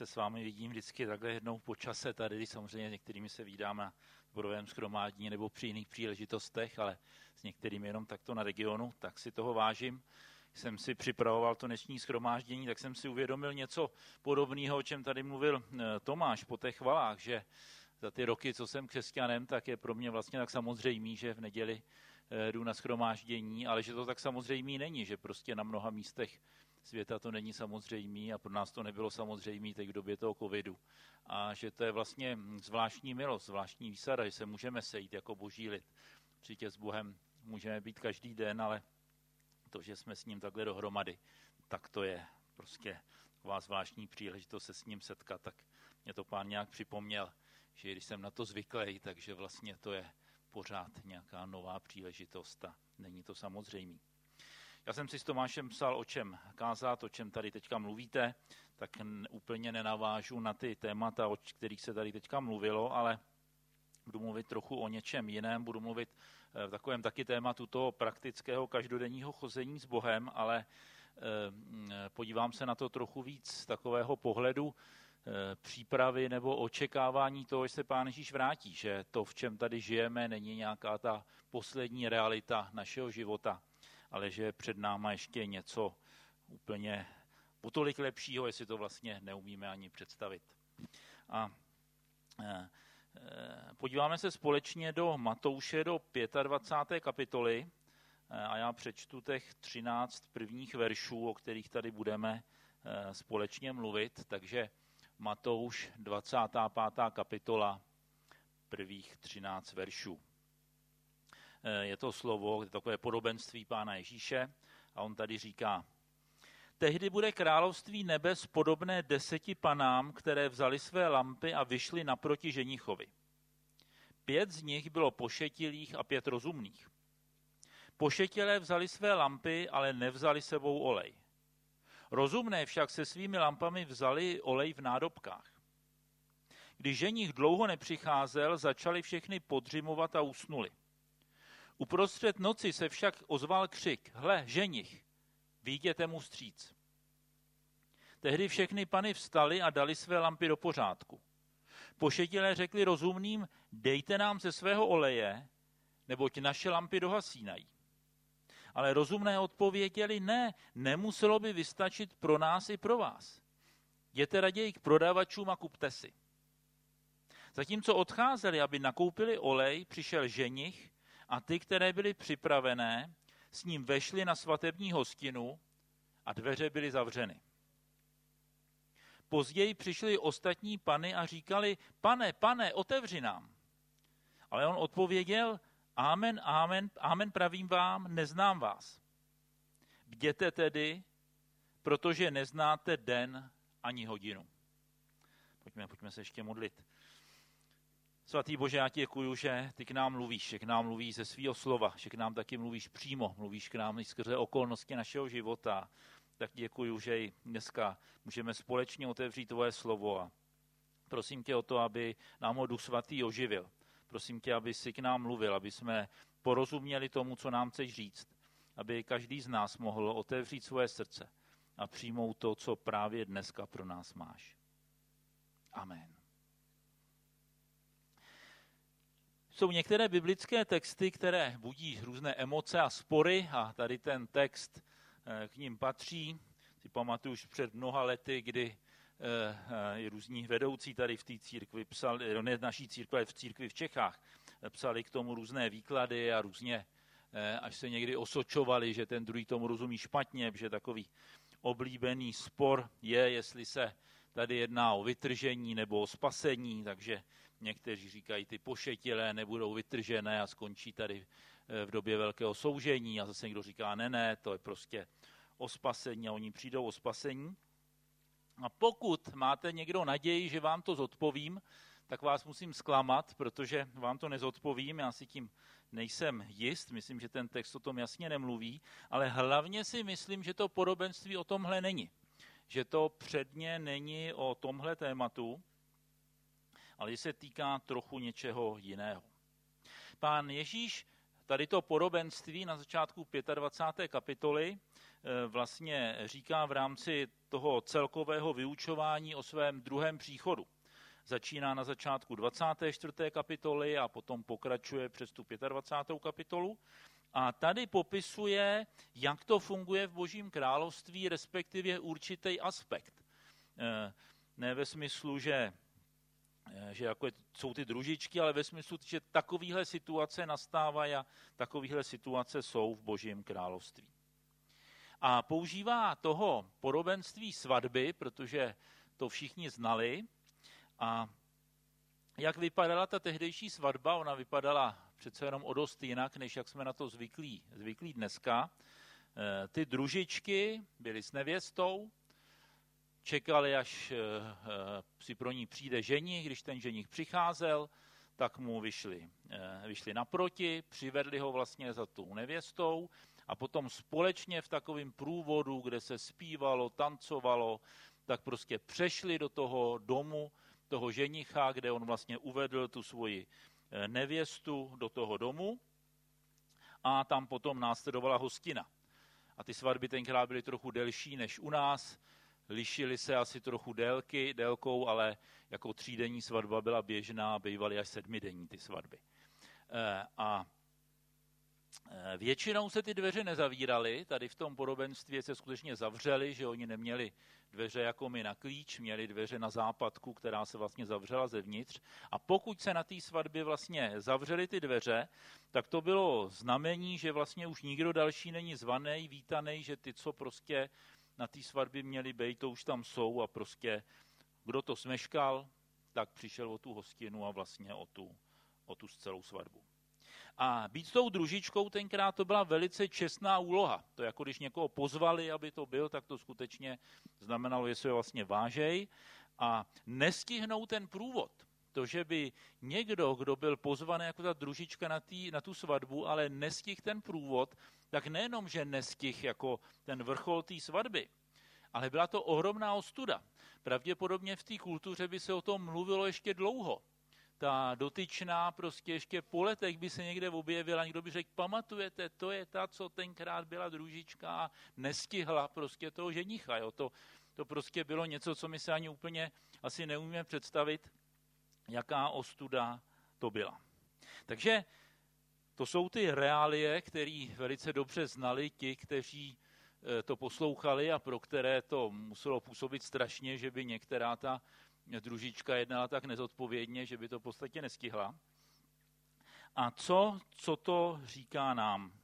se s vámi vidím vždycky takhle jednou po čase tady, když samozřejmě s některými se vídám na zborovém shromáždění nebo při jiných příležitostech, ale s některými jenom takto na regionu, tak si toho vážím. Jsem si připravoval to dnešní shromáždění, tak jsem si uvědomil něco podobného, o čem tady mluvil Tomáš po těch chvalách, že za ty roky, co jsem křesťanem, tak je pro mě vlastně tak samozřejmý, že v neděli jdu na shromáždění, ale že to tak samozřejmý není, že prostě na mnoha místech světa to není samozřejmý a pro nás to nebylo samozřejmé teď v době toho covidu. A že to je vlastně zvláštní milost, zvláštní výsada, že se můžeme sejít jako boží lid. Určitě s Bohem můžeme být každý den, ale to, že jsme s ním takhle dohromady, tak to je prostě taková zvláštní příležitost se s ním setkat, tak mě to Pán nějak připomněl, že když jsem na to zvyklý, takže vlastně to je pořád nějaká nová příležitost a není to samozřejmý. Já jsem si s Tomášem psal, o čem kázat, o čem tady teďka mluvíte, tak úplně nenavážu na ty témata, o kterých se tady teďka mluvilo, ale budu mluvit trochu o něčem jiném, budu mluvit v takovém taky tématu toho praktického každodenního chození s Bohem, ale podívám se na to trochu víc z takového pohledu přípravy nebo očekávání toho, že se Pán Ježíš vrátí, že to, v čem tady žijeme, není nějaká ta poslední realita našeho života, ale že je před náma ještě něco úplně potolik lepšího, jestli to vlastně neumíme ani představit. A podíváme se společně do Matouše, do 25. kapitoly a já přečtu těch 13 prvních veršů, o kterých tady budeme společně mluvit. Takže Matouš, 25. kapitola, prvních 13 veršů. Je to slovo, takové podobenství Pána Ježíše a on tady říká: Tehdy bude království nebes podobné 10 panám, které vzali své lampy a vyšly naproti ženichovi. 5 z nich bylo pošetilých a 5 rozumných. Pošetilé vzali své lampy, ale nevzali sebou olej. Rozumné však se svými lampami vzali olej v nádobkách. Když ženich dlouho nepřicházel, začali všechny podřimovat a usnuli. Uprostřed noci se však ozval křik: Hle, ženich, vyjděte mu vstříc. Tehdy všechny pany vstaly a dali své lampy do pořádku. Pošetilé řekli rozumným: Dejte nám ze svého oleje, neboť naše lampy dohasínají. Ale rozumné odpověděli: Ne, nemuselo by vystačit pro nás i pro vás. Jděte raději k prodavačům a kupte si. Zatímco odcházeli, aby nakoupili olej, přišel ženich a ty, které byly připravené, s ním vešli na svatební hostinu a dveře byly zavřeny. Později přišli ostatní pany a říkali: Pane, otevři nám. Ale on odpověděl: Amen, pravím vám, neznám vás. Bděte tedy, protože neznáte den ani hodinu. Pojďme se ještě modlit. Svatý Bože, já ti děkuju, že ty k nám mluvíš, že k nám mluvíš ze svého slova, že k nám taky mluvíš přímo, mluvíš k nám i skrze okolnosti našeho života. Tak děkuju, že i dneska můžeme společně otevřít tvoje slovo a prosím tě o to, aby nám ho Duch Svatý oživil. Prosím tě, aby si k nám mluvil, aby jsme porozuměli tomu, co nám chceš říct, aby každý z nás mohl otevřít svoje srdce a přijmout to, co právě dneska pro nás máš. Amen. Jsou některé biblické texty, které budí různé emoce a spory a tady ten text k nim patří. Si pamatuju už před mnoha lety, kdy různí vedoucí tady v té církvi psali, ne naší církvi, ale v církvi v Čechách, psali k tomu různé výklady a různě až se někdy osočovali, že ten druhý tomu rozumí špatně, že takový oblíbený spor je, jestli se tady jedná o vytržení nebo o spasení, takže někteří říkají, ty pošetilé nebudou vytržené a skončí tady v době velkého soužení a zase někdo říká, ne, to je prostě o spasení a oni přijdou o spasení. A pokud máte někdo naději, že vám to zodpovím, tak vás musím zklamat, protože vám to nezodpovím, já si tím nejsem jist, myslím, že ten text o tom jasně nemluví, ale hlavně si myslím, že to podobenství o tomhle není. Že to předně není o tomhle tématu, ale že se týká trochu něčeho jiného. Pán Ježíš tady to podobenství na začátku 25. kapitoly vlastně říká v rámci toho celkového vyučování o svém druhém příchodu. Začíná na začátku 24. kapitoly a potom pokračuje přes tu 25. kapitolu. A tady popisuje, jak to funguje v Božím království, respektive určitý aspekt. Ne ve smyslu, že jako jsou ty družičky, ale ve smyslu, že takovéhle situace nastávají a takovéhle situace jsou v Božím království. A používá toho podobenství svatby, protože to všichni znali. A jak vypadala ta tehdejší svatba? Ona vypadala přece jenom o dost jinak, než jak jsme na to zvyklí dneska. Ty družičky byly s nevěstou, čekali, až si pro ní přijde ženich. Když ten ženich přicházel, tak mu vyšli naproti, přivedli ho vlastně za tou nevěstou a potom společně v takovém průvodu, kde se zpívalo, tancovalo, tak prostě přešli do toho domu toho ženicha, kde on vlastně uvedl tu svoji nevěstu do toho domu a tam potom následovala hostina. A ty svatby tenkrát byly trochu delší než u nás, lišily se asi trochu délkou, ale jako třídenní svatba byla běžná, bývaly až 7denní ty svatby. A většinou se ty dveře nezavíraly, tady v tom podobenství se skutečně zavřely, že oni neměli dveře jako my na klíč, měli dveře na západku, která se vlastně zavřela zevnitř. A pokud se na té svatbě vlastně zavřely ty dveře, tak to bylo znamení, že vlastně už nikdo další není zvaný, vítaný, že ty, co prostě na té svatbě měli být, to už tam jsou a prostě kdo to smeškal, tak přišel o tu hostinu a vlastně o tu celou svatbu. A být tou družičkou tenkrát to byla velice čestná úloha. To jako když někoho pozvali, aby to byl, tak to skutečně znamenalo, že se ho vlastně vážej a nestihnou ten průvod. To, že by někdo, kdo byl pozvaný jako ta družička na tu svatbu, ale nestihl ten průvod, tak nejenom, že nestihl jako ten vrchol té svatby, ale byla to ohromná ostuda. Pravděpodobně v té kultuře by se o tom mluvilo ještě dlouho. Ta dotyčná prostě ještě po letech by se někde objevila, někdo by řekl, pamatujete, to je ta, co tenkrát byla družička a nestihla prostě toho ženicha. Jo? To prostě bylo něco, co my se ani úplně asi neumíme představit, jaká ostuda to byla. Takže to jsou ty reálie, které velice dobře znali ti, kteří to poslouchali a pro které to muselo působit strašně, že by některá ta družička jednala tak nezodpovědně, že by to v podstatě nestihla. A co to říká nám?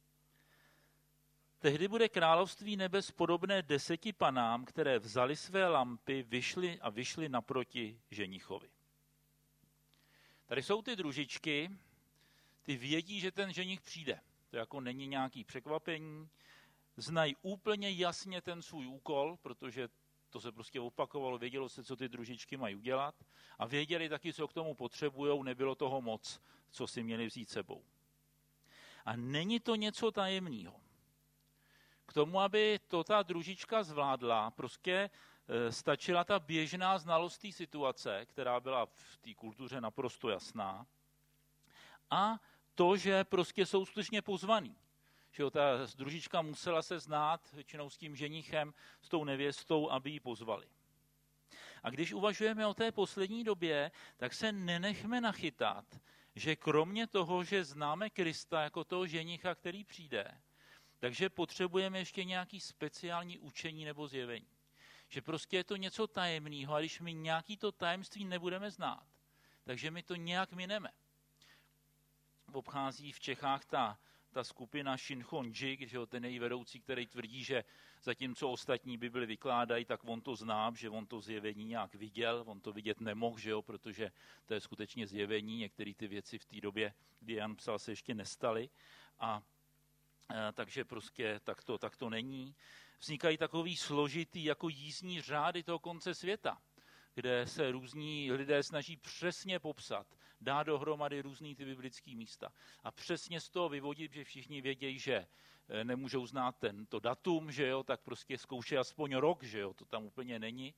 Tehdy bude království nebes podobné 10 panám, které vzali své lampy, vyšly naproti ženichovi. Tady jsou ty družičky, ty vědí, že ten ženich přijde. To jako není nějaký překvapení. Znají úplně jasně ten svůj úkol, protože to se prostě opakovalo, vědělo se, co ty družičky mají udělat a věděli taky, co k tomu potřebujou, nebylo toho moc, co si měli vzít sebou. A není to něco tajemného. K tomu, aby to ta družička zvládla, prostě stačila ta běžná znalost té situace, která byla v té kultuře naprosto jasná, a to, že prostě jsou skutečně pozvaný. Že ta družička musela se znát většinou s tím ženichem, s tou nevěstou, aby ji pozvali. A když uvažujeme o té poslední době, tak se nenechme nachytat, že kromě toho, že známe Krista jako toho ženicha, který přijde, takže potřebujeme ještě nějaký speciální učení nebo zjevení. Že prostě je to něco tajemného a když my nějaký to tajemství nebudeme znát, takže my to nějak mineme. Obchází v Čechách ta skupina Shinchonji, že ten její vedoucí, který tvrdí, že zatímco ostatní Bibli vykládají, tak on to zná, že on to zjevení nějak viděl, on to vidět nemohl, že jo, protože to je skutečně zjevení, některé ty věci v té době, kdy Jan psal, se ještě nestaly a takže prostě tak to není. Vznikají takový složitý jako jízdní řády toho konce světa, kde se různí lidé snaží přesně popsat, dá dohromady různý ty biblické místa. A přesně z toho vyvodit, že všichni vědějí, že nemůžou znát to datum, že jo, tak prostě zkouší aspoň rok, že jo, to tam úplně není.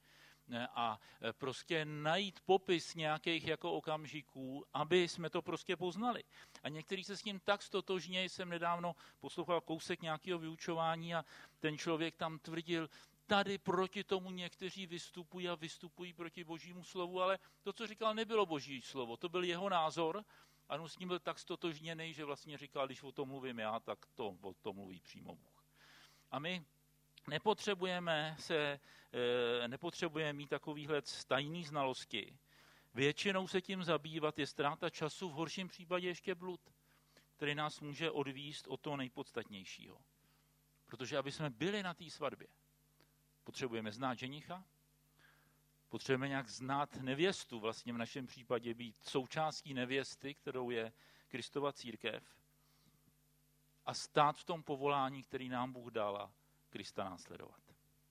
a prostě najít popis nějakých jako okamžiků, aby jsme to prostě poznali. A někteří se s tím tak stotožnějí, jsem nedávno poslouchal kousek nějakého vyučování a ten člověk tam tvrdil, tady proti tomu někteří vystupují a vystupují proti Božímu slovu, ale to, co říkal, nebylo Boží slovo, to byl jeho názor a on s ním byl tak stotožněný, že vlastně říkal, když o tom mluvím já, tak to o tom mluví přímo Bůh. A my nepotřebujeme mít takovýhle tajný znalosti. Většinou se tím zabývat je ztráta času, v horším případě ještě blud, který nás může odvíst od toho nejpodstatnějšího. Protože aby jsme byli na té svatbě, potřebujeme znát ženicha, potřebujeme nějak znát nevěstu, vlastně v našem případě být součástí nevěsty, kterou je Kristova církev, a stát v tom povolání, který nám Bůh dal a Krista následovat.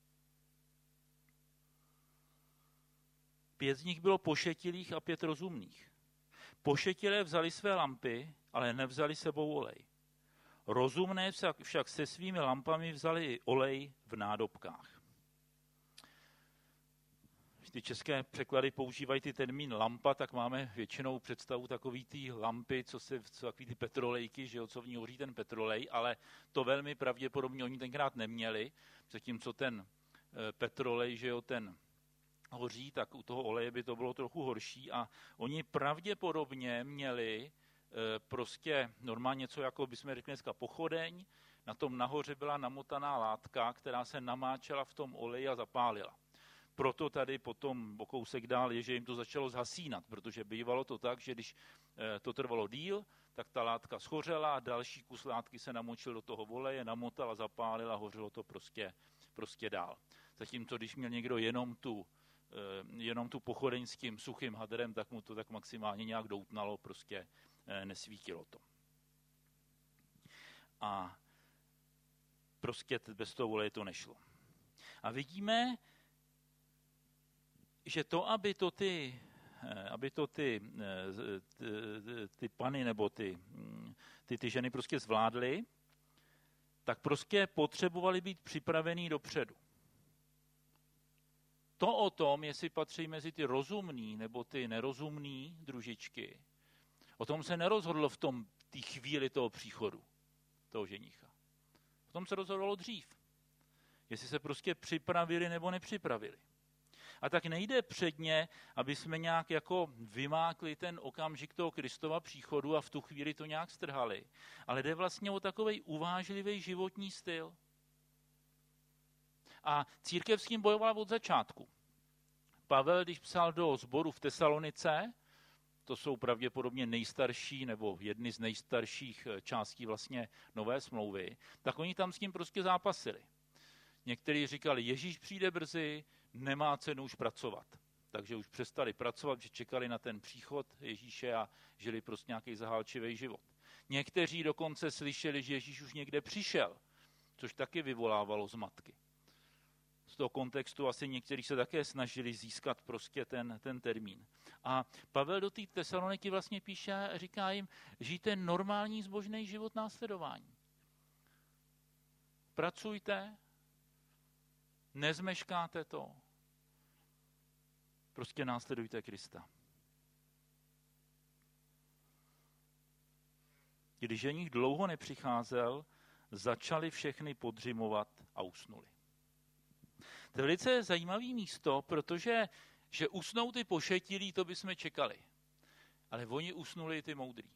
5 z nich bylo pošetilých a 5 rozumných. Pošetilé vzali své lampy, ale nevzali sebou olej. Rozumné však se svými lampami vzali i olej v nádobkách. Když ty české překlady používají ty termín lampa, tak máme většinou představu takový ty lampy, co takový ty petrolejky, že jo, co v ní hoří ten petrolej, ale to velmi pravděpodobně oni tenkrát neměli, zatímco ten petrolej, že jo, ten hoří, tak u toho oleje by to bylo trochu horší a oni pravděpodobně měli prostě normálně něco, jako bychom řekli dneska pochodeň, na tom nahoře byla namotaná látka, která se namáčela v tom oleji a zapálila. Proto tady potom o kousek dál je, že jim to začalo zhasínat, protože bývalo to tak, že když to trvalo díl, tak ta látka schořela a další kus látky se namočil do toho oleje, namotal a zapálil a hořelo to prostě dál. Zatímco když měl někdo jenom tu pochodeň s tím suchým hadrem, tak mu to tak maximálně nějak doutnalo, prostě nesvítilo to. A prostě bez toho oleje to nešlo. A vidíme, že to, aby to ty pany nebo ty ženy prostě zvládly, tak prostě potřebovali být připravený dopředu. To o tom, jestli patří mezi ty rozumný nebo ty nerozumný družičky, o tom se nerozhodlo v té chvíli toho příchodu, toho ženicha. O tom se rozhodlo dřív. Jestli se prostě připravili nebo nepřipravili. A tak nejde předně, aby jsme nějak jako vymákli ten okamžik toho Kristova příchodu a v tu chvíli to nějak strhali. Ale jde vlastně o takovej uvážlivý životní styl. A církev s tím bojovala od začátku. Pavel, když psal do sboru v Tesalonice, to jsou pravděpodobně nejstarší nebo jedny z nejstarších částí vlastně Nové smlouvy, tak oni tam s tím prostě zápasili. Někteří říkali, Ježíš přijde brzy, nemá cenu už pracovat. Takže už přestali pracovat, že čekali na ten příchod Ježíše a žili prostě nějaký zahálčivý život. Někteří dokonce slyšeli, že Ježíš už někde přišel, což taky vyvolávalo zmatky. Z toho kontextu asi někteří se také snažili získat prostě ten termín. A Pavel do té Tesaloniky vlastně píše a říká jim, žijte normální zbožný život následování. Pracujte, nezmeškáte to, prostě následujte Krista. Když ženich dlouho nepřicházel, začali všechny podřimovat a usnuli. To je velice zajímavé místo, protože že usnou ty pošetilí, to bychom čekali. Ale oni usnuli ty moudrý.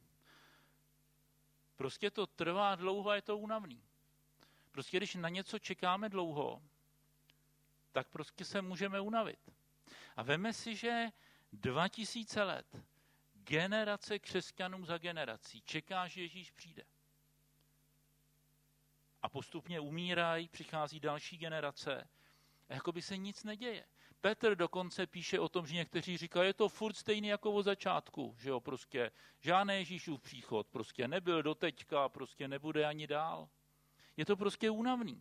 Prostě to trvá dlouho a je to únavný. Prostě když na něco čekáme dlouho, tak prostě se můžeme unavit. A veme si, že 2000 let generace křesťanů za generací čeká, že Ježíš přijde. A postupně umírají, přichází další generace a jakoby se nic neděje. Petr dokonce píše o tom, že někteří říkají, je to furt stejný jako od začátku, že jo, prostě žádný Ježíšův příchod, prostě nebyl doteďka, prostě nebude ani dál. Je to prostě únavný.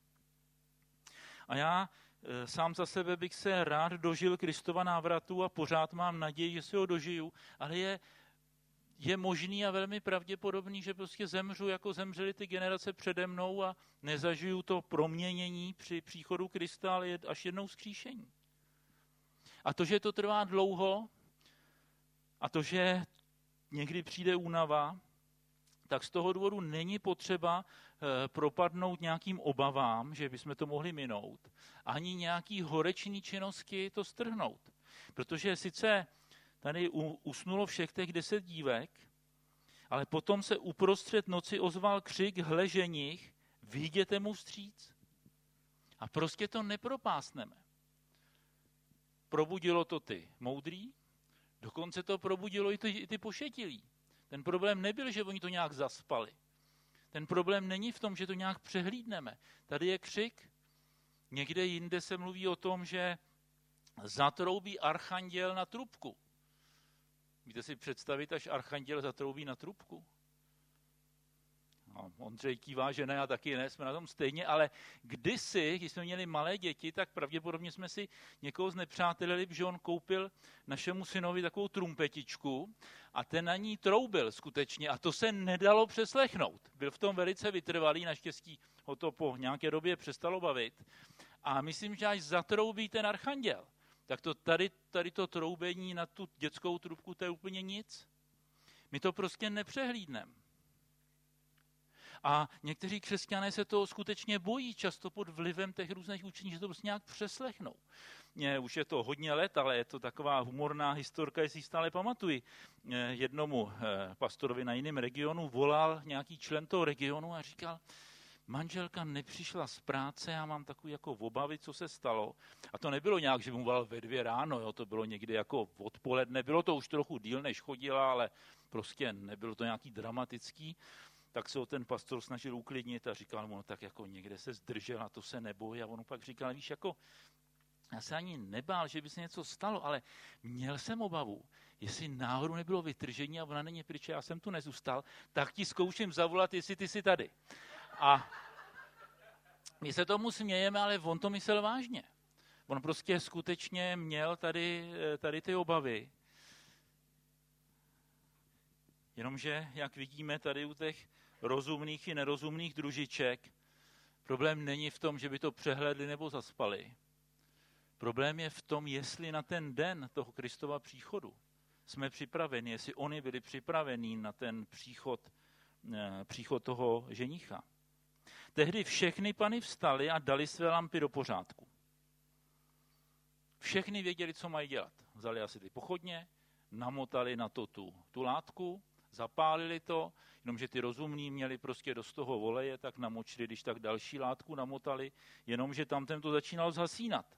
A já sám za sebe bych se rád dožil Kristova návratu a pořád mám naději, že si ho dožiju, ale je možný a velmi pravděpodobný, že prostě zemřu, jako zemřely ty generace přede mnou a nezažiju to proměnění při příchodu Krista, ale až jednou vzkříšení. A to, že to trvá dlouho, a to, že někdy přijde únava, tak z toho důvodu není potřeba propadnout nějakým obavám, že bychom to mohli minout, ani nějaký horečný činnosti to strhnout. Protože sice tady usnulo všech těch 10 dívek, ale potom se uprostřed noci ozval křik, hle ženich, vyjděte mu vstříc. A prostě to nepropásneme. Probudilo to ty moudrý, dokonce to probudilo i ty pošetilí. Ten problém nebyl, že oni to nějak zaspali. Ten problém není v tom, že to nějak přehlídneme. Tady je křik, někde jinde se mluví o tom, že zatroubí archanděl na trubku. Víte si představit, až archanděl zatroubí na trubku? No, Ondřej kývá, že ne, a taky ne, jsme na tom stejně, ale kdysi, když jsme měli malé děti, tak pravděpodobně jsme si někoho znepřátelili, že on koupil našemu synovi takovou trumpetičku a ten na ní troubil skutečně a to se nedalo přeslechnout. Byl v tom velice vytrvalý, naštěstí ho to po nějaké době přestalo bavit. A myslím, že až zatroubí ten archanděl, tak to tady to troubení na tu dětskou trubku, to je úplně nic. My to prostě nepřehlídneme. A někteří křesťané se toho skutečně bojí, často pod vlivem těch různých učení, že to prostě nějak přeslechnou. Už je to hodně let, ale je to taková humorná historka, jestli stále pamatuji. Jednomu pastorovi na jiném regionu volal nějaký člen toho regionu a říkal, manželka nepřišla z práce, já mám takový jako obavy, co se stalo. A to nebylo nějak, že mu volal ve 2 ráno, jo, to bylo někdy jako odpoledne, bylo to už trochu díl, než chodila, ale prostě nebylo to nějaký dramatický. Tak se ho ten pastor snažil uklidnit a říkal mu, no tak jako někde se zdržel a to se neboj. A on pak říkal, víš, jako já se ani nebál, že by se něco stalo, ale měl jsem obavu, jestli náhodou nebylo vytržení a ona není pryč, já jsem tu nezůstal, tak ti zkouším zavolat, jestli ty jsi tady. A my se tomu smějeme, ale on to myslel vážně. On prostě skutečně měl tady ty obavy. Jenomže, jak vidíme tady u těch rozumných i nerozumných družiček, problém není v tom, že by to přehlédli nebo zaspali. Problém je v tom, jestli na ten den toho Kristova příchodu jsme připraveni, jestli oni byli připraveni na ten příchod toho ženicha. Tehdy všechny pany vstaly a dali své lampy do pořádku. Všechny věděli, co mají dělat. Vzali asi ty pochodně, namotali na to tu látku, zapálili to, jenomže ty rozumní měli prostě dost toho oleje, tak namočili, když tak další látku namotali, jenomže tamten to začínalo zhasínat.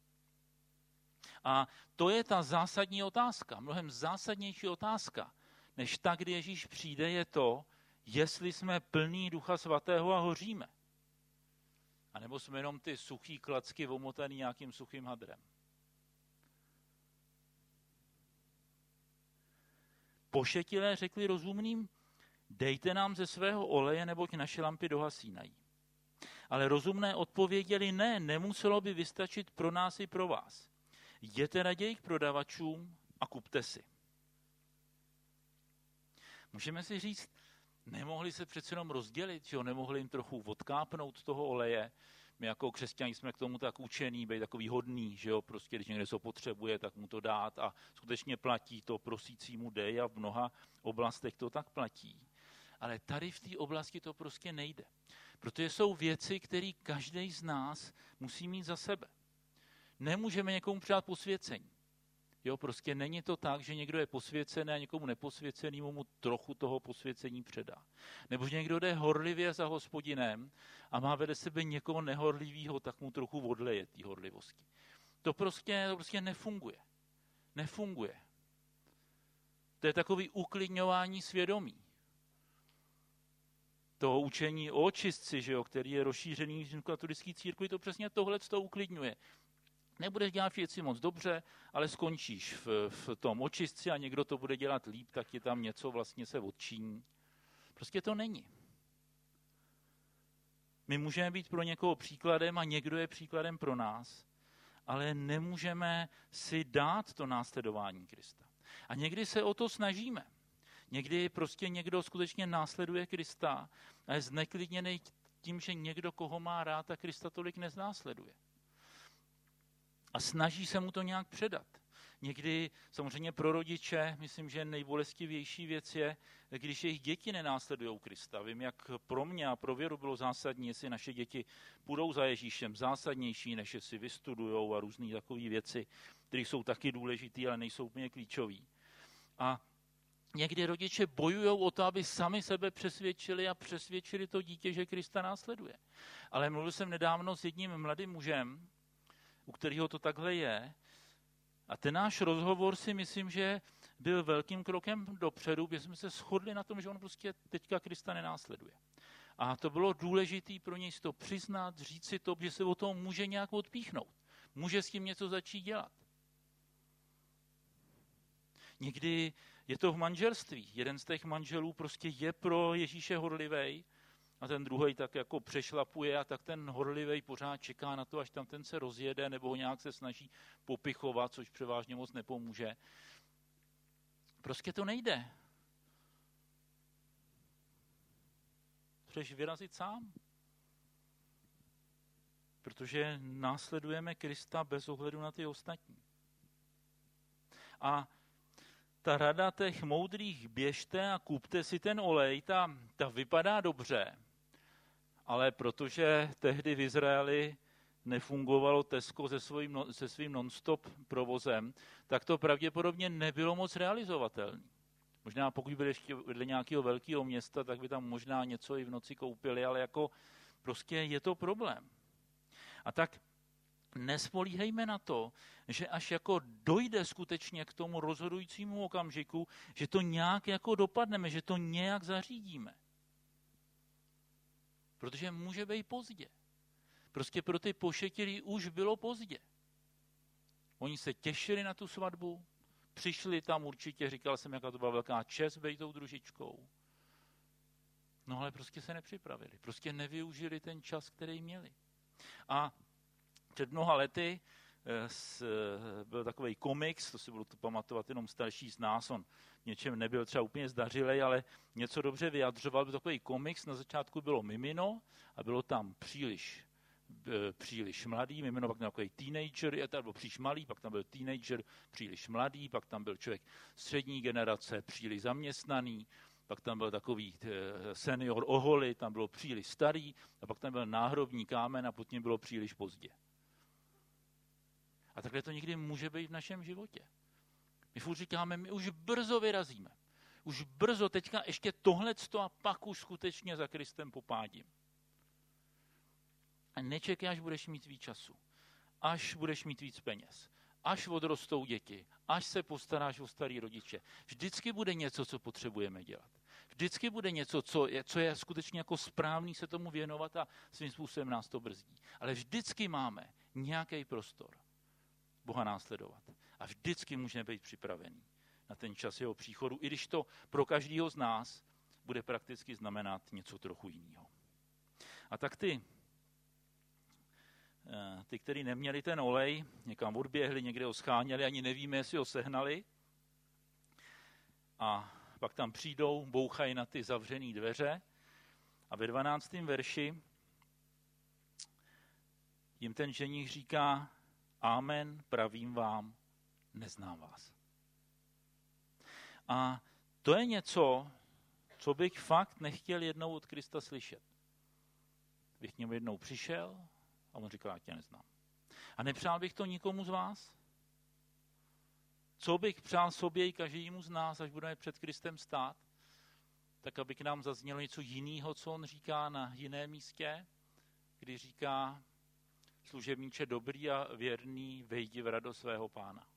A to je ta zásadní otázka, mnohem zásadnější otázka, než ta, kdy Ježíš přijde, je to, jestli jsme plní Ducha Svatého a hoříme. A nebo jsme jenom ty suchý klacky omotaný nějakým suchým hadrem. Pošetilé řekli rozumným, dejte nám ze svého oleje, neboť naše lampy dohasínají. Ale rozumné odpověděli, ne, nemuselo by vystačit pro nás i pro vás. Jděte raději k prodavačům a kupte si. Můžeme si říct, nemohli se přece jenom rozdělit, že jo? Nemohli jim trochu odkápnout toho oleje. My jako křesťané jsme k tomu tak učení, být takový hodný, že jo? Prostě když někdo se potřebuje, tak mu to dát a skutečně platí to, prosícímu dej a v mnoha oblastech to tak platí. Ale tady v té oblasti to prostě nejde. Protože jsou věci, které každý z nás musí mít za sebe. Nemůžeme někomu přát posvěcení. Jo, prostě není to tak, že někdo je posvěcený a někomu neposvěcenýmu mu trochu toho posvěcení předá. Nebo že někdo jde horlivě za Hospodinem a má vedle sebe někoho nehorlivého, tak mu trochu odleje té horlivosti. To prostě nefunguje. Nefunguje. To je takový uklidňování svědomí. To učení o očistci, že jo, který je rozšířený v katolické církvi, to přesně tohle to uklidňuje. Nebudeš dělat věci moc dobře, ale skončíš v tom očistci a někdo to bude dělat líp, tak je tam něco vlastně se odčiní. Prostě to není. My můžeme být pro někoho příkladem a někdo je příkladem pro nás, ale nemůžeme si dát to následování Krista. A někdy se o to snažíme. Někdy prostě někdo skutečně následuje Krista a je zneklidněný tím, že někdo, koho má rád, a Krista tolik neznásleduje. A snaží se mu to nějak předat. Někdy samozřejmě pro rodiče, myslím, že nejbolestivější věc je, když jejich děti nenásledují Krista. Vím, jak pro mě a pro věru bylo zásadní, jestli naše děti půjdou za Ježíšem, zásadnější, než jestli vystudujou a různé takové věci, které jsou taky důležité, ale nejsou úplně klíčové. A někdy rodiče bojují o to, aby sami sebe přesvědčili a přesvědčili to dítě, že Krista následuje. Ale mluvil jsem nedávno s jedním mladým mužem, u kterého to takhle je, a ten náš rozhovor si myslím, že byl velkým krokem dopředu, protože jsme se shodli na tom, že on prostě teďka Krista nenásleduje. A to bylo důležité pro něj si to přiznat, říct si to, že se o toho může nějak odpíchnout. Může s tím něco začít dělat. Někdy je to v manželství. Jeden z těch manželů prostě je pro Ježíše horlivej a ten druhej tak jako přešlapuje a tak ten horlivej pořád čeká na to, až tam ten se rozjede nebo ho nějak se snaží popichovat, což převážně moc nepomůže. Prostě to nejde. Chceš vyrazit sám. Protože následujeme Krista bez ohledu na ty ostatní. A ta rada těch moudrých, běžte a kupte si ten olej, ta vypadá dobře, ale protože tehdy v Izraeli nefungovalo Tesco se svým non-stop provozem, tak to pravděpodobně nebylo moc realizovatelné. Možná pokud byli ještě vedle nějakého velkého města, tak by tam možná něco i v noci koupili, ale jako prostě je to problém. A tak nespolíhejme na to, že až jako dojde skutečně k tomu rozhodujícímu okamžiku, že to nějak jako dopadneme, že to nějak zařídíme. Protože může být pozdě. Prostě pro ty pošetilí už bylo pozdě. Oni se těšili na tu svatbu, přišli tam určitě, říkal jsem, jaká to byla velká čest být tou družičkou. No ale prostě se nepřipravili, prostě nevyužili ten čas, který měli. A před mnoha lety byl takový komiks, to si budu to pamatovat jenom starší z nás, on něčem nebyl třeba úplně zdařilej, ale něco dobře vyjadřoval, byl takový komiks, na začátku bylo mimino a bylo tam příliš mladý, mimino, pak tam takový teenager, byl příliš malý, pak tam byl teenager, příliš mladý, pak tam byl člověk střední generace, příliš zaměstnaný, pak tam byl takový senior oholi, tam bylo příliš starý a pak tam byl náhrobní kámen a pod ním bylo příliš pozdě. A takhle to někdy může být v našem životě. My furt říkáme, my už brzo vyrazíme. Už brzo, teďka ještě tohleto a pak už skutečně za Kristem popádím. A nečekaj, až budeš mít víc času. Až budeš mít víc peněz. Až odrostou děti. Až se postaráš o starý rodiče. Vždycky bude něco, co potřebujeme dělat. Vždycky bude něco, co je skutečně jako správný se tomu věnovat a svým způsobem nás to brzdí. Ale vždycky máme nějaký prostor Boha následovat. A vždycky můžeme být připravený na ten čas jeho příchodu, i když to pro každého z nás bude prakticky znamenat něco trochu jiného. A tak ty, kteří neměli ten olej, někam odběhli, někde ho scháněli, ani nevíme, jestli ho sehnali. A pak tam přijdou, bouchají na ty zavřené dveře a ve 12. verši jim ten ženich říká: Amen, pravím vám, neznám vás. A to je něco, co bych fakt nechtěl jednou od Krista slyšet. Bych k němu jednou přišel a on říkal, já tě neznám. A nepřál bych to nikomu z vás? Co bych přál sobě i každému z nás, až budeme před Kristem stát, tak aby k nám zaznělo něco jiného, co on říká na jiném místě, kdy říká: služebníče dobrý a věrný, vejdi v radost svého pána.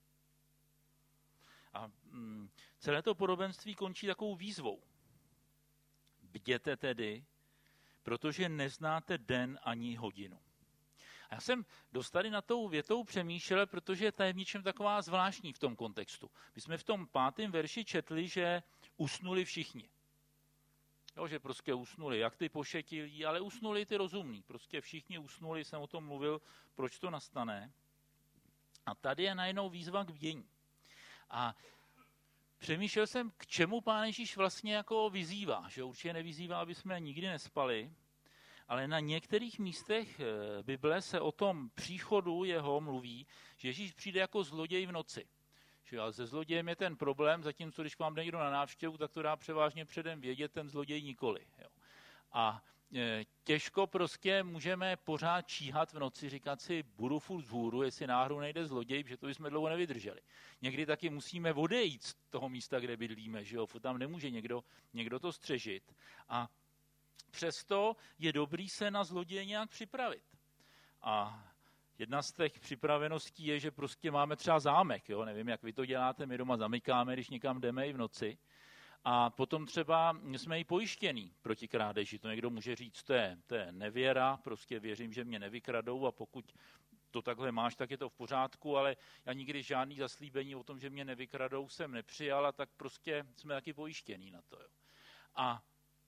A celé to podobenství končí takovou výzvou. Bděte tedy, protože neznáte den ani hodinu. A já jsem dost tady na tou větou přemýšlel, protože ta je v něčem taková zvláštní v tom kontextu. My jsme v tom 5. verši četli, že usnuli všichni. Jo, že prostě usnuli jak ty pošetilí, ale usnuli ty rozumní. Prostě všichni usnuli, jsem o tom mluvil, proč to nastane. A tady je najednou výzva k bdění. A přemýšlel jsem, k čemu Pán Ježíš vlastně jako vyzývá. Že určitě nevyzývá, aby jsme nikdy nespali, ale na některých místech Bible se o tom příchodu jeho mluví, že Ježíš přijde jako zloděj v noci. A se zlodějem je ten problém, zatímco když vám jde někdo na návštěvu, tak to dá převážně předem vědět, ten zloděj nikoli. Jo. A těžko prostě můžeme pořád číhat v noci, říkat si, budu furt vzhůru, jestli náhodou nejde zloděj, protože to bychom dlouho nevydrželi. Někdy taky musíme odejít z toho místa, kde bydlíme, že jo, tam nemůže někdo to střežit. A přesto je dobrý se na zloděje nějak připravit. A jedna z těch připraveností je, že prostě máme třeba zámek, jo, nevím, jak vy to děláte, my doma zamykáme, když někam jdeme i v noci. A potom třeba jsme i pojištění proti krádeži. To někdo může říct, to je nevěra, prostě věřím, že mě nevykradou a pokud to takhle máš, tak je to v pořádku, ale já nikdy žádný zaslíbení o tom, že mě nevykradou, jsem nepřijal a tak prostě jsme taky pojištění na to. Jo. A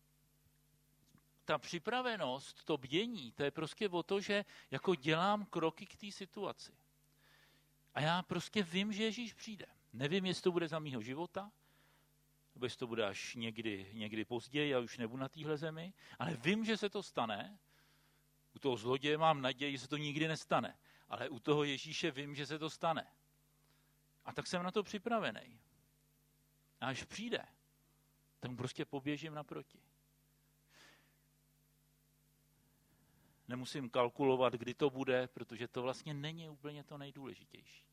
ta připravenost, to bdění, to je prostě o to, že jako dělám kroky k té situaci. A já prostě vím, že Ježíš přijde. Nevím, jestli to bude za mýho života, nebo jestli to bude až někdy později, já už nebudu na téhle zemi, ale vím, že se to stane. U toho zloděje mám naději, že se to nikdy nestane, ale u toho Ježíše vím, že se to stane. A tak jsem na to připravený. A až přijde, tak mu prostě poběžím naproti. Nemusím kalkulovat, kdy to bude, protože to vlastně není úplně to nejdůležitější.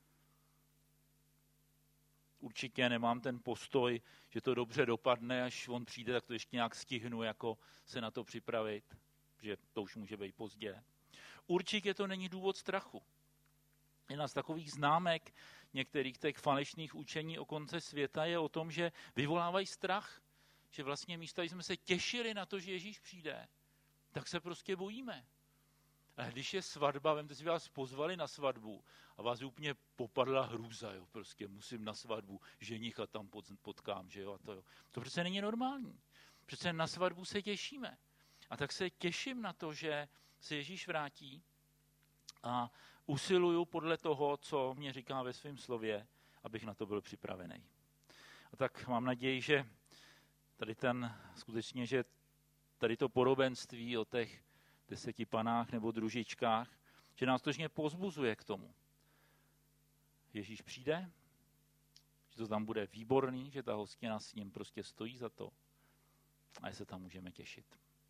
Určitě nemám ten postoj, že to dobře dopadne, až on přijde, tak to ještě nějak stihnu jako se na to připravit, že to už může být pozdě. Určitě to není důvod strachu. Jedna z takových známek některých těch falešných učení o konce světa je o tom, že vyvolávají strach, že vlastně místo, když jsme se těšili na to, že Ježíš přijde, tak se prostě bojíme. A když je svatba, vemte si, vás pozvali na svatbu a vás úplně popadla hrůza, jo, prostě musím na svatbu ženicha tam potkám, že jo, a to jo. To přece není normální. Přece na svatbu se těšíme. A tak se těším na to, že se Ježíš vrátí a usiluju podle toho, co mě říká ve svém slově, abych na to byl připravený. A tak mám naději, že tady to podobenství o těch 10 panách nebo družičkách, že nás tožně povzbuzuje k tomu. Ježíš přijde, že to tam bude výborný, že ta hostina s ním prostě stojí za to a se tam můžeme těšit.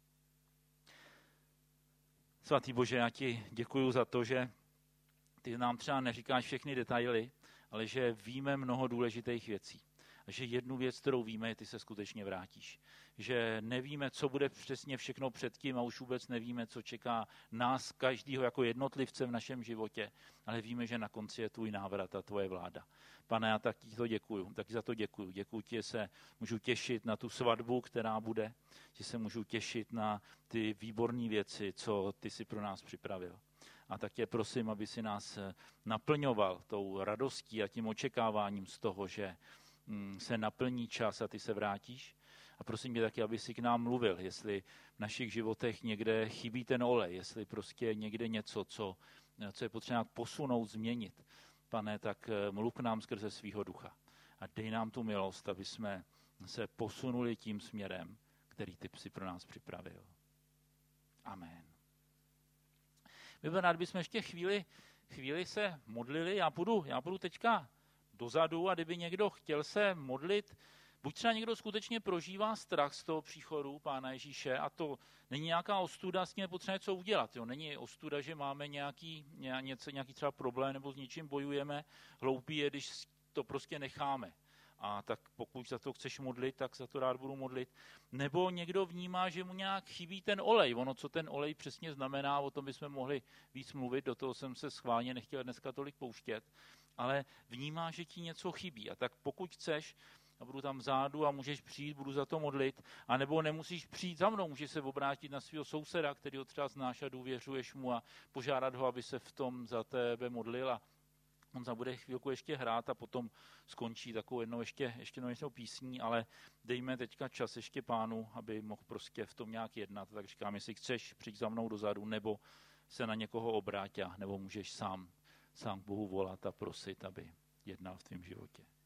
Svatý Bože, já ti děkuju za to, že ty nám třeba neříkáš všechny detaily, ale že víme mnoho důležitých věcí. A že jednu věc, kterou víme, je, ty se skutečně vrátíš. Že nevíme, co bude přesně všechno předtím a už vůbec nevíme, co čeká nás, každýho jako jednotlivce v našem životě, ale víme, že na konci je tvůj návrat a tvoje vláda. Pane, já taky to děkuju, taky za to děkuju. Děkuju ti, že se můžu těšit na tu svatbu, která bude, že se můžu těšit na ty výborné věci, co ty si pro nás připravil. A tak tě prosím, aby si nás naplňoval tou radostí a tím očekáváním z toho, že se naplní čas a ty se vrátíš. A prosím tě taky, aby si k nám mluvil, jestli v našich životech někde chybí ten olej, jestli prostě někde něco, co je potřeba posunout, změnit. Pane, tak mluv k nám skrze svýho ducha. A dej nám tu milost, aby jsme se posunuli tím směrem, který ty si pro nás připravil. Amen. My bychom rád, bychom ještě chvíli se modlili. Já půjdu teďka dozadu a kdyby někdo chtěl se modlit, buď třeba někdo skutečně prožívá strach z toho příchodu Pána Ježíše a to není nějaká ostuda, s tím je potřeba něco udělat. Jo. Není ostuda, že máme nějaký třeba problém nebo s něčím bojujeme. Hloupý je, když to prostě necháme. A tak pokud za to chceš modlit, tak za to rád budu modlit. Nebo někdo vnímá, že mu nějak chybí ten olej. Ono, co ten olej přesně znamená, o tom bychom mohli víc mluvit, do toho jsem se schválně nechtěl dneska tolik pouštět, ale vnímá, že ti něco chybí. A tak pokud chceš, a budu tam vzadu a můžeš přijít, budu za to modlit, anebo nemusíš přijít za mnou, můžeš se obrátit na svého souseda, kterýho třeba znáš a důvěřuješ mu a požádat ho, aby se v tom za tebe modlil a on za bude chvilku ještě hrát a potom skončí takovou jednou ještě písní, ale dejme teďka čas ještě Pánu, aby mohl prostě v tom nějak jednat. Tak říkám, jestli chceš, přijď za mnou dozadu, nebo se na někoho obrátit, nebo můžeš sám k Bohu volat a prosit, aby jednal v tvém životě.